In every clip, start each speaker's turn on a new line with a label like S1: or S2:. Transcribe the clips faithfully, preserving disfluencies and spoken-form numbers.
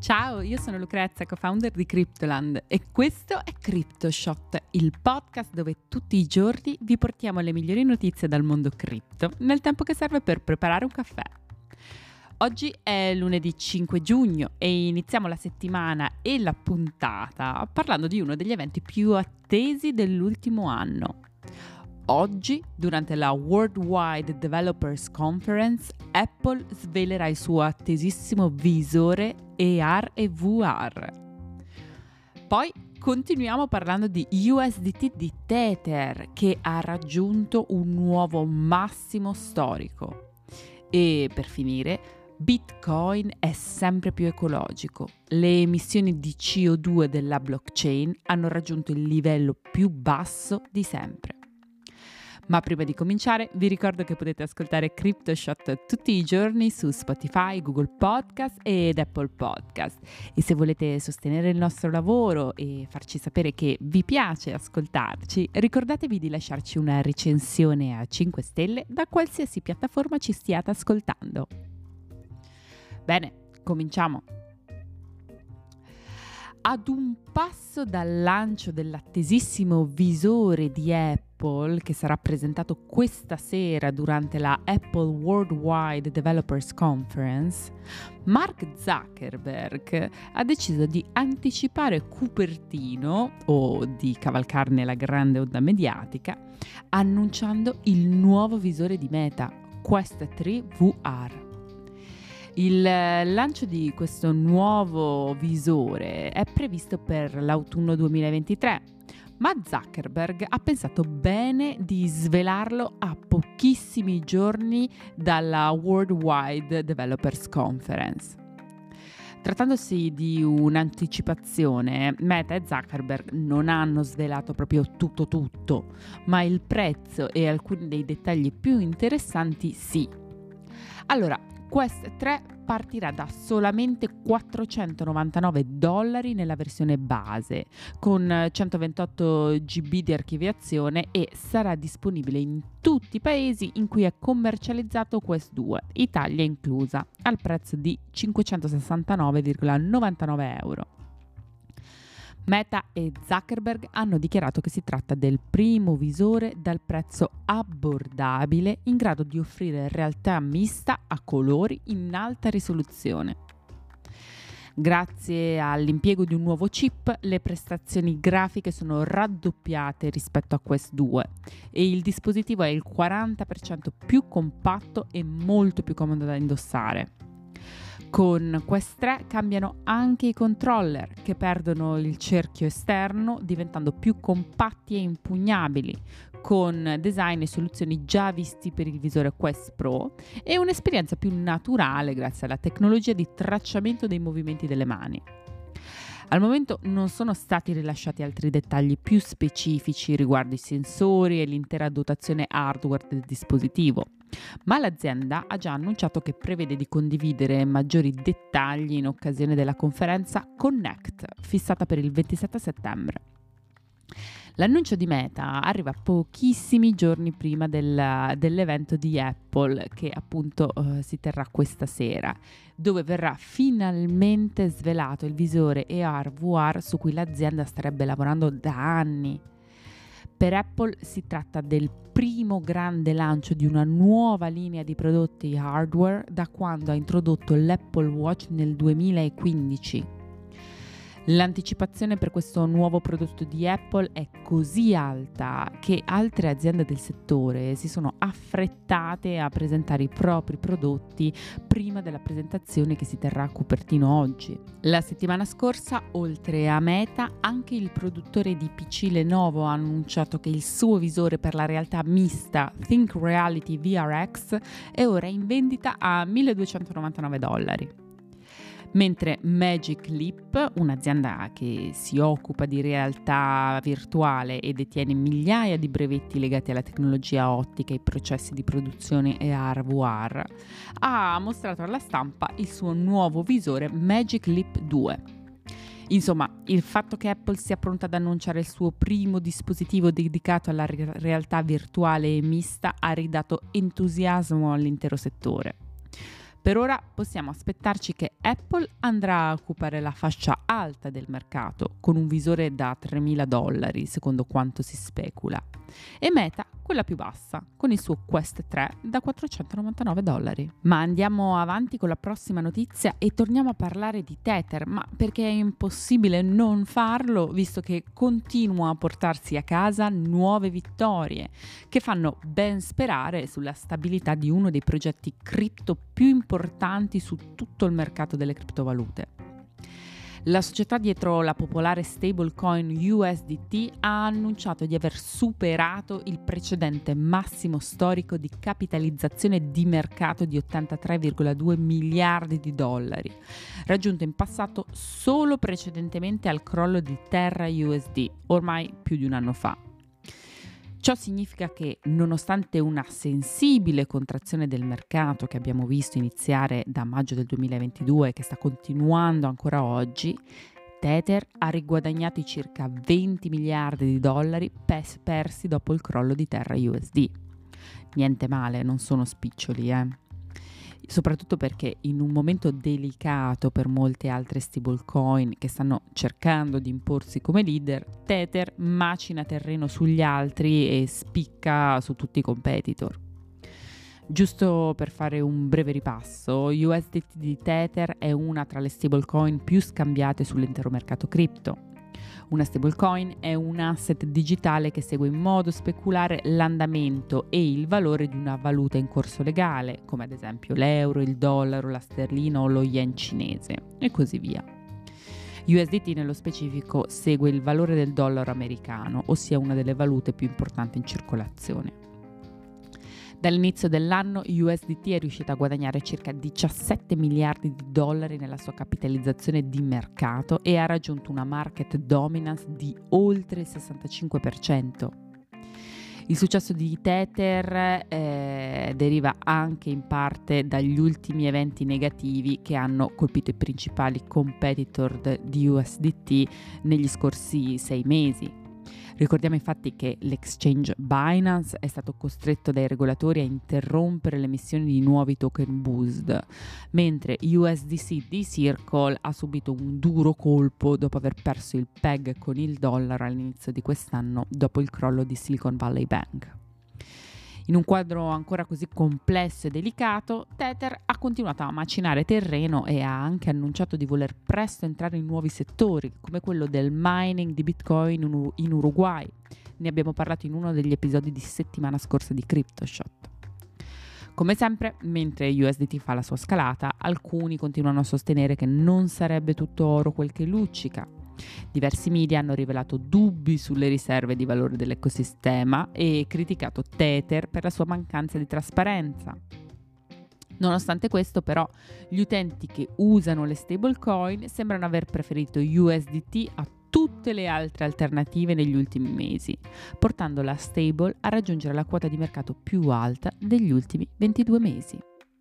S1: Ciao, io sono Lucrezia, co-founder di Cryptoland e questo è CryptoShot, il podcast dove tutti i giorni vi portiamo le migliori notizie dal mondo cripto nel tempo che serve per preparare un caffè. Oggi è lunedì cinque giugno e iniziamo la settimana e la puntata parlando di uno degli eventi più attesi dell'ultimo anno. Oggi, durante la Worldwide Developers Conference, Apple svelerà il suo attesissimo visore A R e V R. Poi continuiamo parlando di U S D T di Tether, che ha raggiunto un nuovo massimo storico. E per finire, Bitcoin è sempre più ecologico. Le emissioni di C O due della blockchain hanno raggiunto il livello più basso di sempre. Ma prima di cominciare vi ricordo che potete ascoltare CryptoShot tutti i giorni su Spotify, Google Podcast ed Apple Podcast. E se volete sostenere il nostro lavoro e farci sapere che vi piace ascoltarci, ricordatevi di lasciarci una recensione a cinque stelle da qualsiasi piattaforma ci stiate ascoltando. Bene, cominciamo. Ad un passo dal lancio dell'attesissimo visore di Apple, che sarà presentato questa sera durante la Apple Worldwide Developers Conference, Mark Zuckerberg ha deciso di anticipare Cupertino, o di cavalcarne la grande onda mediatica, annunciando il nuovo visore di Meta, Quest tre V R. Il lancio di questo nuovo visore è previsto per l'autunno duemilaventitré, ma Zuckerberg ha pensato bene di svelarlo a pochissimi giorni dalla Worldwide Developers Conference. Trattandosi di un'anticipazione, Meta e Zuckerberg non hanno svelato proprio tutto tutto, ma il prezzo e alcuni dei dettagli più interessanti sì. Allora, Quest tre partirà da solamente quattrocentonovantanove dollari nella versione base, con centoventotto gigabyte di archiviazione e sarà disponibile in tutti i paesi in cui è commercializzato Quest due, Italia inclusa, al prezzo di cinquecentosessantanove virgola novantanove euro. Meta e Zuckerberg hanno dichiarato che si tratta del primo visore dal prezzo abbordabile in grado di offrire realtà mista a colori in alta risoluzione. Grazie all'impiego di un nuovo chip, le prestazioni grafiche sono raddoppiate rispetto a Quest due e il dispositivo è il quaranta per cento più compatto e molto più comodo da indossare. Con Quest tre cambiano anche i controller, che perdono il cerchio esterno diventando più compatti e impugnabili, con design e soluzioni già visti per il visore Quest Pro e un'esperienza più naturale grazie alla tecnologia di tracciamento dei movimenti delle mani. Al momento non sono stati rilasciati altri dettagli più specifici riguardo i sensori e l'intera dotazione hardware del dispositivo, ma l'azienda ha già annunciato che prevede di condividere maggiori dettagli in occasione della conferenza Connect, fissata per il ventisette settembre. L'annuncio di Meta arriva pochissimi giorni prima del, dell'evento di Apple, che appunto eh, si terrà questa sera, dove verrà finalmente svelato il visore A R V R su cui l'azienda starebbe lavorando da anni. Per Apple si tratta del primo grande lancio di una nuova linea di prodotti hardware da quando ha introdotto l'Apple Watch nel duemilaquindici. L'anticipazione per questo nuovo prodotto di Apple è così alta che altre aziende del settore si sono affrettate a presentare i propri prodotti prima della presentazione che si terrà a Cupertino oggi. La settimana scorsa, oltre a Meta, anche il produttore di P C Lenovo ha annunciato che il suo visore per la realtà mista Think Reality V R X è ora in vendita a milleduecentonovantanove dollari. Mentre Magic Leap, un'azienda che si occupa di realtà virtuale e detiene migliaia di brevetti legati alla tecnologia ottica e ai processi di produzione A R V R, ha mostrato alla stampa il suo nuovo visore Magic Leap due. Insomma, il fatto che Apple sia pronta ad annunciare il suo primo dispositivo dedicato alla re- realtà virtuale e mista ha ridato entusiasmo all'intero settore. Per ora possiamo aspettarci che Apple andrà a occupare la fascia alta del mercato, con un visore da tremila dollari, secondo quanto si specula, e Meta quella più bassa, con il suo Quest tre da quattrocentonovantanove dollari. Ma andiamo avanti con la prossima notizia e torniamo a parlare di Tether, ma perché è impossibile non farlo, visto che continua a portarsi a casa nuove vittorie, che fanno ben sperare sulla stabilità di uno dei progetti cripto più importanti su tutto il mercato delle criptovalute. La società dietro la popolare stablecoin U S D T ha annunciato di aver superato il precedente massimo storico di capitalizzazione di mercato di ottantatré virgola due miliardi di dollari, raggiunto in passato solo precedentemente al crollo di Terra U S D, ormai più di un anno fa. Ciò significa che, nonostante una sensibile contrazione del mercato che abbiamo visto iniziare da maggio del duemilaventidue e che sta continuando ancora oggi, Tether ha riguadagnato i circa venti miliardi di dollari pes- persi dopo il crollo di Terra U S D. Niente male, non sono spiccioli, eh. Soprattutto perché in un momento delicato per molte altre stablecoin che stanno cercando di imporsi come leader, Tether macina terreno sugli altri e spicca su tutti i competitor. Giusto per fare un breve ripasso, U S D T di Tether è una tra le stablecoin più scambiate sull'intero mercato cripto. Una stablecoin è un asset digitale che segue in modo speculare l'andamento e il valore di una valuta in corso legale, come ad esempio l'euro, il dollaro, la sterlina o lo yen cinese, e così via. U S D T nello specifico segue il valore del dollaro americano, ossia una delle valute più importanti in circolazione. Dall'inizio dell'anno U S D T è riuscita a guadagnare circa diciassette miliardi di dollari nella sua capitalizzazione di mercato e ha raggiunto una market dominance di oltre il sessantacinque per cento. Il successo di Tether eh, deriva anche in parte dagli ultimi eventi negativi che hanno colpito i principali competitor di U S D T negli scorsi sei mesi. Ricordiamo infatti che l'exchange Binance è stato costretto dai regolatori a interrompere l'emissione di nuovi token boost, mentre U S D C di Circle ha subito un duro colpo dopo aver perso il peg con il dollaro all'inizio di quest'anno dopo il crollo di Silicon Valley Bank. In un quadro ancora così complesso e delicato, Tether ha continuato a macinare terreno e ha anche annunciato di voler presto entrare in nuovi settori, come quello del mining di Bitcoin in Uruguay. Ne abbiamo parlato in uno degli episodi di settimana scorsa di CryptoShot. Come sempre, mentre U S D T fa la sua scalata, alcuni continuano a sostenere che non sarebbe tutto oro quel che luccica. Diversi media hanno rivelato dubbi sulle riserve di valore dell'ecosistema e criticato Tether per la sua mancanza di trasparenza. Nonostante questo, però, gli utenti che usano le stablecoin sembrano aver preferito U S D T a tutte le altre alternative negli ultimi mesi, portando la stable a raggiungere la quota di mercato più alta degli ultimi ventidue mesi.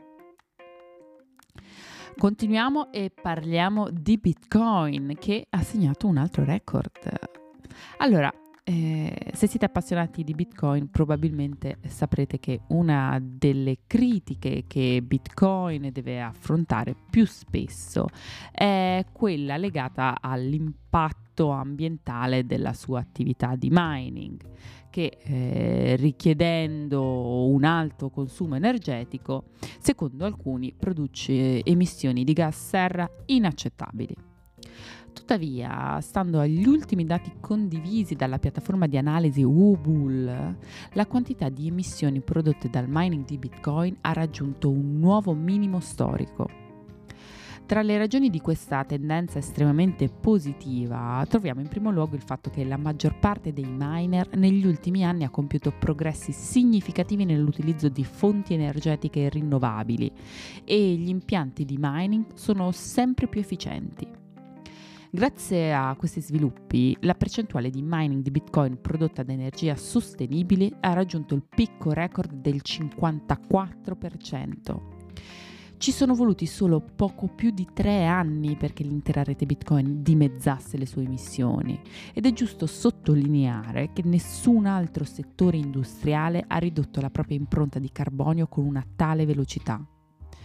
S1: Continuiamo e parliamo di Bitcoin, che ha segnato un altro record. Allora, eh, se siete appassionati di Bitcoin, probabilmente saprete che una delle critiche che Bitcoin deve affrontare più spesso è quella legata all'impatto ambientale della sua attività di mining, che eh, richiedendo un alto consumo energetico, secondo alcuni produce emissioni di gas serra inaccettabili. Tuttavia, stando agli ultimi dati condivisi dalla piattaforma di analisi Wobull, la quantità di emissioni prodotte dal mining di Bitcoin ha raggiunto un nuovo minimo storico. Tra le ragioni di questa tendenza estremamente positiva troviamo in primo luogo il fatto che la maggior parte dei miner negli ultimi anni ha compiuto progressi significativi nell'utilizzo di fonti energetiche rinnovabili e gli impianti di mining sono sempre più efficienti. Grazie a questi sviluppi, la percentuale di mining di Bitcoin prodotta da energia sostenibile ha raggiunto il picco record del cinquantaquattro per cento. Ci sono voluti solo poco più di tre anni perché l'intera rete Bitcoin dimezzasse le sue emissioni ed è giusto sottolineare che nessun altro settore industriale ha ridotto la propria impronta di carbonio con una tale velocità.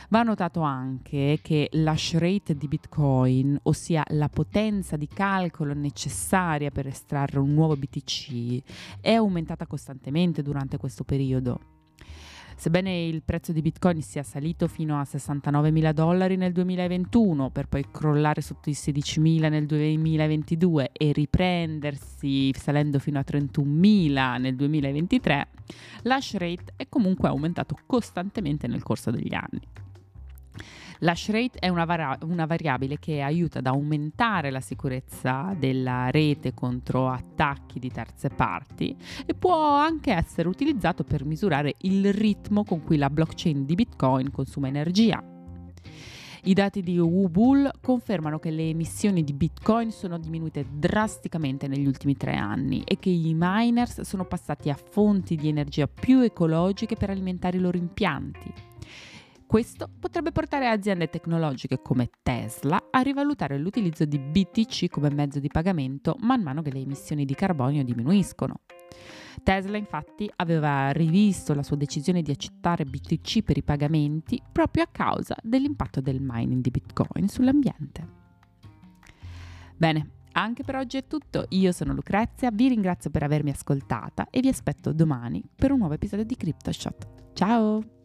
S1: Va notato anche che l'hash rate di Bitcoin, ossia la potenza di calcolo necessaria per estrarre un nuovo B T C, è aumentata costantemente durante questo periodo. Sebbene il prezzo di Bitcoin sia salito fino a sessantanovemila dollari nel duemilaventuno per poi crollare sotto i sedicimila nel duemilaventidue e riprendersi salendo fino a trentunomila nel duemilaventitré, l'hash rate è comunque aumentato costantemente nel corso degli anni. L'hash rate è una, vari- una variabile che aiuta ad aumentare la sicurezza della rete contro attacchi di terze parti e può anche essere utilizzato per misurare il ritmo con cui la blockchain di Bitcoin consuma energia. I dati di Webull confermano che le emissioni di Bitcoin sono diminuite drasticamente negli ultimi tre anni e che i miners sono passati a fonti di energia più ecologiche per alimentare i loro impianti. Questo potrebbe portare aziende tecnologiche come Tesla a rivalutare l'utilizzo di B T C come mezzo di pagamento man mano che le emissioni di carbonio diminuiscono. Tesla infatti aveva rivisto la sua decisione di accettare B T C per i pagamenti proprio a causa dell'impatto del mining di Bitcoin sull'ambiente. Bene, anche per oggi è tutto. Io sono Lucrezia, vi ringrazio per avermi ascoltata e vi aspetto domani per un nuovo episodio di CryptoShot. Ciao!